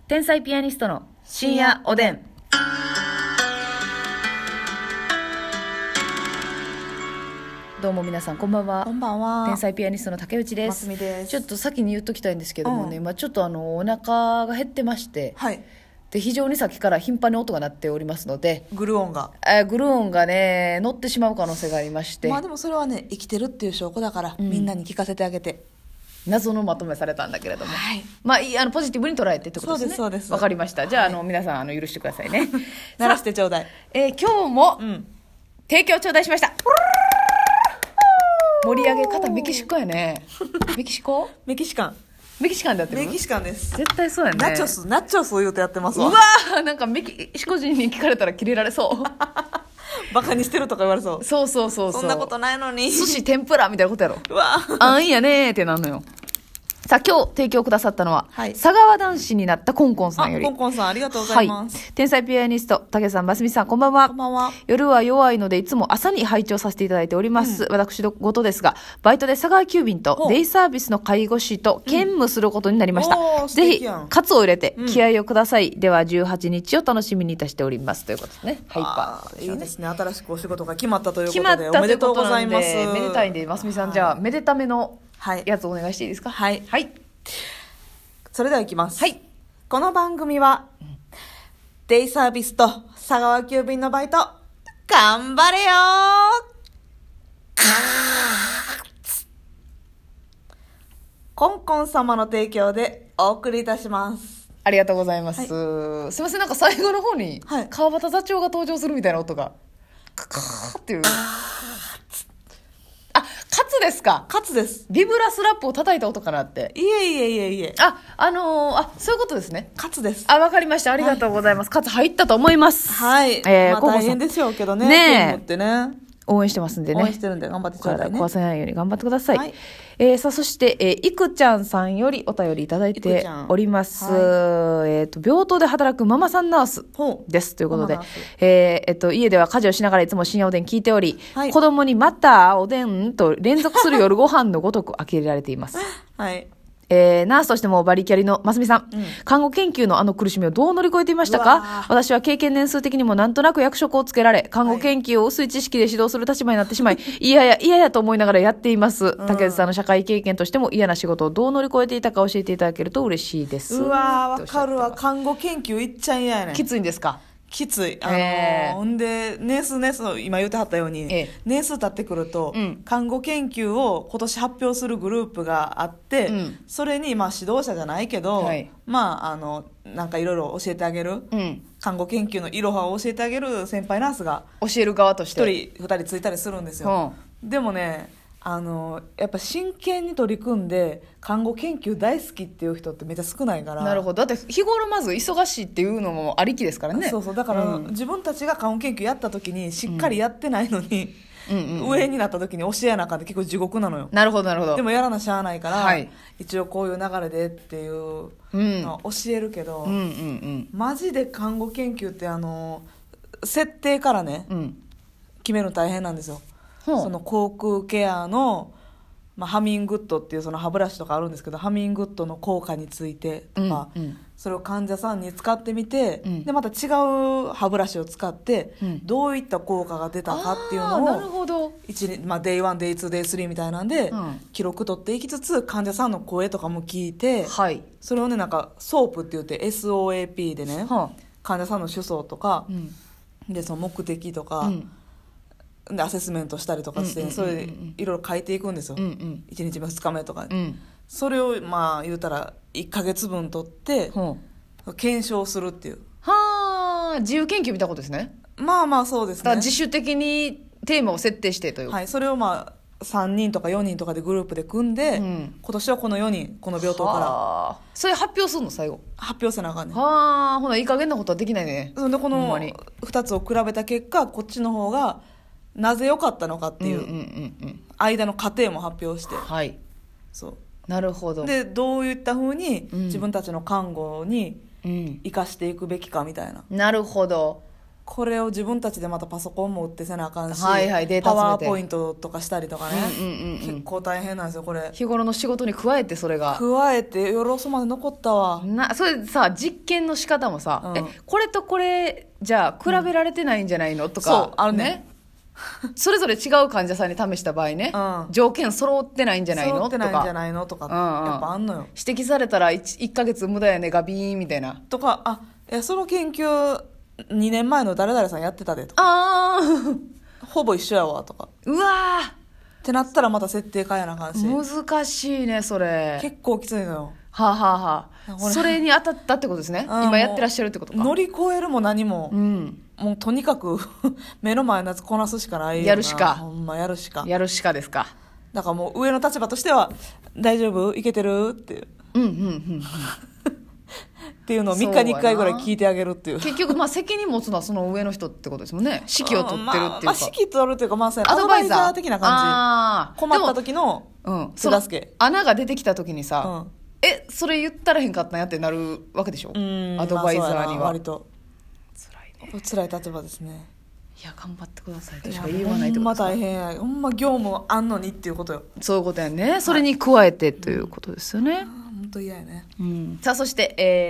天才ピアニストの深夜おでん。どうも皆さんこんばんは。 こんばんは。 天才ピアニストの竹内です。 ますみです。 ちょっと先に言っときたいんですけどもね、ちょっとお腹が減ってまして、 はい。 で非常にさっきから頻繁に音が鳴っておりますので、 グル音が。 グル音がね乗ってしまう可能性がありまして、 まあでもそれはね、生きてるっていう証拠だから、みんなに聞かせてあげて。 謎のまとめされたんだけれども、 はい。 まあポジティブに捉えてってことですね。 そうです。 わかりました。じゃあ、 はい、 皆さん許してくださいね。 鳴らしてちょうだい。 今日も、提供頂戴しました。盛り上げ方メキシコやね。メキシコ？ メキシカン。 メキシカンでやってる？ メキシカンです。 絶対そうやね。 ナチョスを言うとやってますわ。 うわー、なんかメキシコ人に聞かれたらキレられそう。 バカにしてるとか言われそう。 そう。 そんなことないのに。 寿司天ぷらみたいなことやろ。 うわあんやねーってなんのよ。さあ今日提供くださったのは、 はい、 佐川男子になったコンコンさんより。 コンコンさんありがとうございます。 はい、天才ピアニスト竹さん、ますみさん、こんばんは。 こんばんは。 夜は弱いのでいつも朝に拝聴させていただいております。私事ですが、バイトで佐川急便とデイサービスの介護士と兼務することになりました。ぜひカツを入れて気合をください。では18日を楽しみにいたしておりますということですね。ハイパー、 いいですね。新しくお仕事が決まったということでおめでとうございます。 めでたいんで、ますみさん、じゃあめでためのやつお願いしていいですか？ はい。それではいきます。 はい。 この番組は、デイサービスと佐川急便のバイト、頑張れよコンコン様の提供でお送りいたします。 ありがとうございます。はい、すいません、なんか最後の方に、川端座長が登場するみたいな音が、カカーっていう。カツですか？ カツです。 ビブラスラップを叩いた音かなって。 いえ。 そういうことですね。 カツです。 わかりました。ありがとうございます。カツ入ったと思います。 はい。大変でしょうけどね。 ねってね。 応援してますんでね。 応援してるんで頑張ってちょうだいね。 壊さないように頑張ってください。はい、さあそして、いくちゃんさんよりお便りいただいております。病棟で働くママさんナースですということで、家では家事をしながらいつも深夜おでん聞いており、子供にまたおでんと連続する夜ご飯のごとく呆れられています。 はい。 ナースとしてもバリキャリのますみさん、看護研究の苦しみをどう乗り越えていましたか？私は経験年数的にもなんとなく役職をつけられ、看護研究を薄い知識で指導する立場になってしまい、嫌やと思いながらやっています。竹内さんの社会経験としても嫌な仕事をどう乗り越えていたか教えていただけると嬉しいです。 わかるわ。看護研究いっちゃん嫌やねん。 きついんですか？ きつい。ほんで、年数、今言ってはったように、年数経ってくると、看護研究を今年発表するグループがあって、それに、指導者じゃないけど、なんかいろいろ教えてあげる、看護研究のいろはを教えてあげる先輩ナースが、 教える側として。 1人、2人ついたりするんですよ。でもね、やっぱ真剣に取り組んで看護研究大好きっていう人ってめっちゃ少ないから。なるほど。だって日頃まず忙しいっていうのもありきですからね。 そうだから、自分たちが看護研究やった時にしっかりやってないのに、上になった時に教えなあかんって結構地獄なのよ。 なるほど。 でもやらなしゃあないから、一応こういう流れでっていうのは教えるけど、マジで看護研究って設定からね、決めるの大変なんですよ。その口腔ケアの、ハミングッドっていうその歯ブラシとかあるんですけど、ハミングッドの効果についてとか、それを患者さんに使ってみて、でまた違う歯ブラシを使って、どういった効果が出たかっていうのをなるほど、 Day1、Day2、Day3 みたいなんで、記録取っていきつつ患者さんの声とかも聞いて、それをねなんかソープって言って SOAP でね、患者さんの主訴とか、でその目的とか、でアセスメントしたりとかして、それでいろいろ書いていくんですよ、1日目2日目とか、それを言うたら1ヶ月分取って検証するっていう。 自由研究みたいなことですね。 そうですね。 だから自主的にテーマを設定してという、 それを3人とか4人とかでグループで組んで、今年はこの4人この病棟からそれ発表するの？最後発表せなあかんねん。 ほないい加減なことはできないね。 そんでこの2つを比べた結果、こっちの方がなぜ良かったのかっていう間の過程も発表して、そうなるほど。 でどういった風に自分たちの看護に生かしていくべきかみたいな。 なるほど。 これを自分たちでまたパソコンも売ってせなあかんし、 はいはい、データパ集めてワーポイントとかしたりとかね、結構大変なんですよこれ。 日頃の仕事に加えてそれが加えて夜遅まで残ったわ。 それさ、実験の仕方もさ、これとこれじゃあ比べられてないんじゃないのとか、 そうあるねそれぞれ違う患者さんに試した場合ね、条件揃ってないんじゃないの揃ってないんじゃないのとか、やっぱあんのよ。 指摘されたら 1ヶ月無駄やねガビーンみたいなとか、いやその研究2年前の誰々さんやってたでとか、ほぼ一緒やわとか、 うわってなったらまた設定変えなあかんし、 難しいねそれ。 結構きついのよ。 はあ、はあはあ、それに当たったってことですね。今やってらっしゃるってことか。 乗り越えるも何も、もうとにかく目の前のやつこなすしかないよな。 やるしか。 ほんまやるしか。 やるしかですか。 だからもう上の立場としては大丈夫いけてるっていう。っていうのを3日に1回ぐらい聞いてあげるっていう。 結局責任持つのはその上の人ってことですもんね。指揮を取ってるっていうか。 指揮取るっていうか、アドバイザー的な感じ。困った時の手助け。 穴が出てきた時にさ、それ言ったらへんかったんやってなるわけでしょ。アドバイザーには。 割と辛い立場ですね。 いや頑張ってくださいとしか言わないってことですか。 ほんま大変や。ほんま業務あんのにっていうことよ。 そういうことやね。それに加えてということですよね。 本当嫌やね。 さあそして、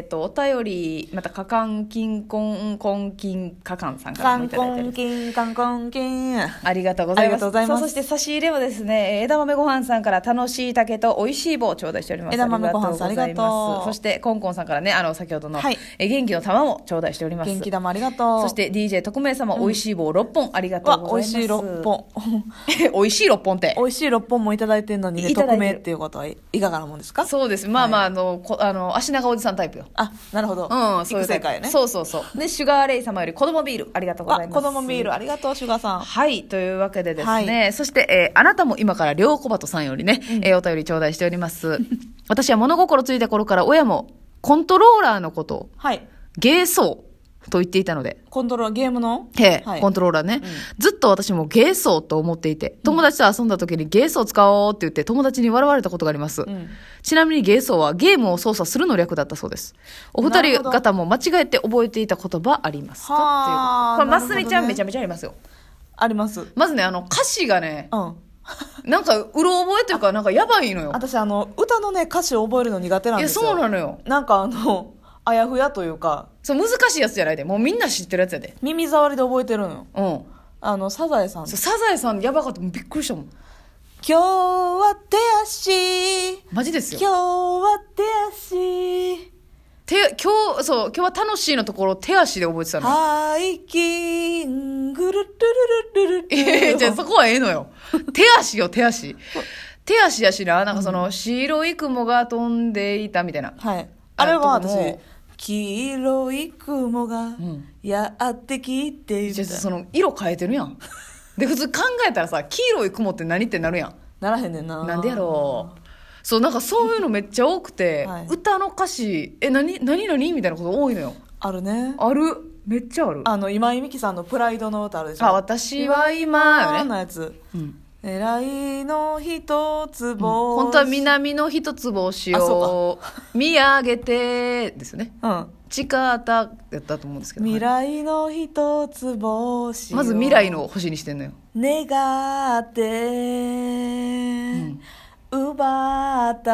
お便りまたカカンキンコンコンキンカカンさんからもいただいてる。 カンコンキンありがとうございます。さあそして差し入れはですね、枝豆ごはんさんから楽しい竹と美味しい棒を頂戴しております。 枝豆ごはんさんありがとう。 そしてコンコンさんからね、先ほどの、元気の玉も頂戴しております。 元気玉ありがとう。 そして DJ 特命様、美味しい棒6本ありがとうございます。 美味しい6本美味しい6本って美味しい6本もいただいてんのにね、特命っていうことはいかがなもんですか。 そうです。足長おじさんタイプよ。 なるほど。そういう世界ね。 そうで、シュガーレイ様より子供ビールありがとうございます。 子供ビールありがとう、シュガーさん。 はい、というわけでですね、そして、あなたも今から両小鳩さんよりね、お便り頂戴しております。私は物心ついた頃から親もコントローラーのことを、ゲーソーと言っていたので。 コントローラー、ゲームのコントローラーね。ずっと私もゲーソーと思っていて、友達と遊んだ時にゲーソー使おうって言って友達に笑われたことがあります。ちなみにゲーソーはゲームを操作するの略だったそうです。お二人方も間違えて覚えていた言葉ありますかっていう。これ、ますみちゃんめちゃめちゃありますよ。 あります。 まずね、歌詞がね、なんか、うろ覚えというか、なんかやばいのよ。 私、歌のね、歌詞を覚えるの苦手なんですよ。 そうなのよ。 なんかあやふやというか。 そう、難しいやつじゃないで。もうみんな知ってるやつやで。 耳障りで覚えてるのよ。サザエさん。 サザエさんやばかった。びっくりしたもん。 今日は手足。 マジですよ。 今日は手足。 今日は楽しいのところ手足で覚えてたの。 背筋、ぐるるるるるる。 じゃあそこはええのよ。手足よ、手足。手足やしな、なんか白い雲が飛んでいたみたいな。 あれは私、黄色い雲がやってきてじゃ色変えてるやん。で、普通考えたらさ、黄色い雲って何ってなるやん。 ならへんねんな。 なんでやろう。そう、なんかそういうのめっちゃ多くて、歌の歌詞、何みたいなこと多いのよ。 あるね。 ある。めっちゃある。 今井美樹さんのプライドの歌あるでしょ。 私は今よね。 のやつ。狙いの一つ星、 本当は南の一つ星を見上げてですよね。地下やったと思うんですけど。 未来の一つ星をまず未来の星にしてんのよ。 願って、奪った。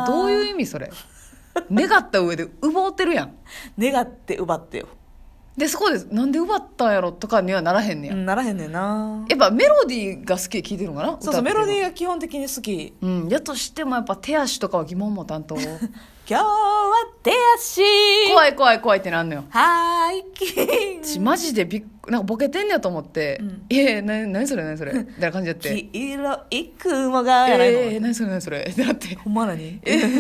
どういう意味それ。願った上で奪ってるやん。 願って奪ってよ。 で、そこでなんで奪ったんやろとかにはならへんねや。 ならへんねんな。 やっぱメロディーが好きで聴いてるのかな。 そう、メロディーが基本的に好き。 やとしてもやっぱ手足とかは疑問も担当。 今日は手足。 怖いってなんのよ。 背筋。 マジでなんかボケてんねやと思って、何それみたいな感じやって。 黄色い雲がやないの。 何それってなって。 ほんま何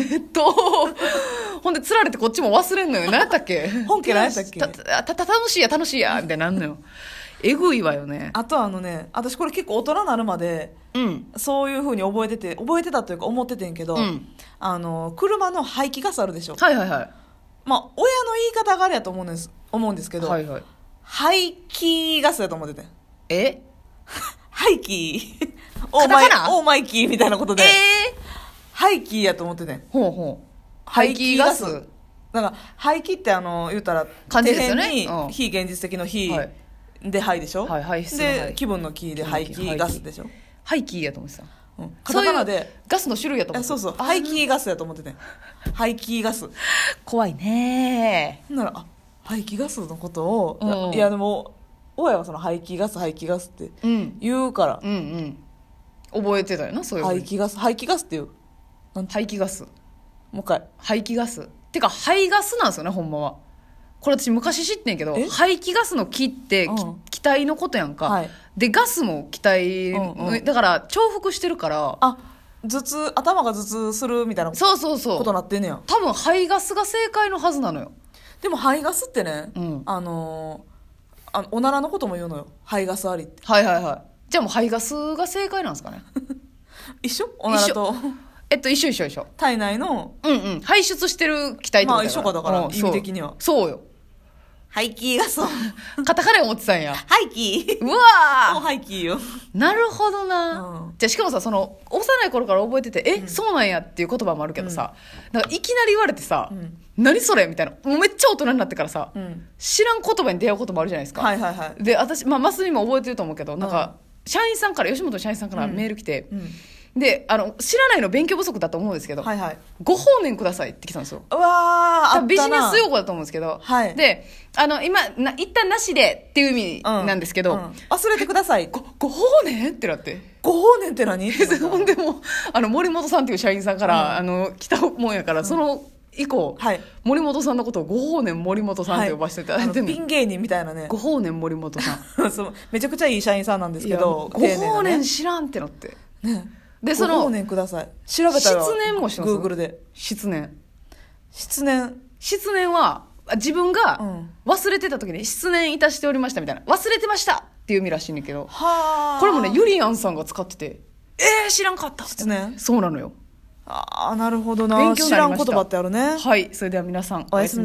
ほんで釣られてこっちも忘れんのよ。何やったっけ本家何やったっけ楽しいやみたいになんのよ。えぐいわよね。 あと私これ結構大人になるまで、そういう風に覚えてたというか思っててんけど、車の排気ガスあるでしょ。 親の言い方があれやと思うんですけど、排気ガスだと思ってて。排気オーマイキーみたいなことで、排気やと思ってて。 排気ガス。 だから廃棄って言うたら漢字ですよね底辺に非現実的の非で廃でしょ、 はい、排出ので気分の気で排気ガスでしょ。 排気やと思ってた、 カタカナでガスの種類やと思ってた。 そう排気ガスやと思ってて、排気ガス怖いね。 なら排気ガスのことを、いやでも親はその排気ガスって言うから、 覚えてたよな、そういう排気ガスっていう排気ガス、 もう一回排気ガスてか排ガスなんですよね、ほんまは。これ私昔知ってんけど、排気ガスの気って、気体のことやんか、はい、でガスも気体、だから重複してるから、 頭が頭痛するみたいなことなってんねや。 多分排ガスが正解のはずなのよ。 でも排ガスってね、おならのことも言うのよ、排ガスありって。 はいはいはい。じゃあもう排ガスが正解なんですかね。 一緒、おならと一緒体内の排出してる気体ってことだから、 まあ一緒か、だから意味的にはそうよ。 排気ガスカタカナ思ってたんや。 排気、 うわー、 排気よ。 なるほどな、じゃあしかもさ、その幼い頃から覚えててそうなんやっていう言葉もあるけどさ、なんかいきなり言われてさ、何それみたいな、もうめっちゃ大人になってからさ、知らん言葉に出会うこともあるじゃないですか。 はいはいはい。 で私、マスにも覚えてると思うけど、なんか社員さんから、吉本の社員さんからメール来て、で知らないの勉強不足だと思うんですけど、ご放念くださいって来たんですよ。 うわー、 ビジネス用語だと思うんですけど、で今一旦なしでっていう意味なんですけど、 忘れてください、 ご放念ってなって、 ご放念って何ほんでも森本さんっていう社員さんから、来たもんやから、その以降、森本さんのことをご放念森本さんって呼ばせていただいて、 ピン芸人みたいなね、 ご放念森本さんそう、めちゃくちゃいい社員さんなんですけど、 ご放念知らんってなってね。でご放念ください、調べたら失念もします。 Google で失念は自分が忘れてた時に失念いたしておりましたみたいな、忘れてましたっていう意味らしいんだけど、これもねゆりやんさんが使ってて、知らんかった。 失念、 そうなのよ。 なるほどな、知らん言葉ってあるね。 はい、それでは皆さんおやすみなさい。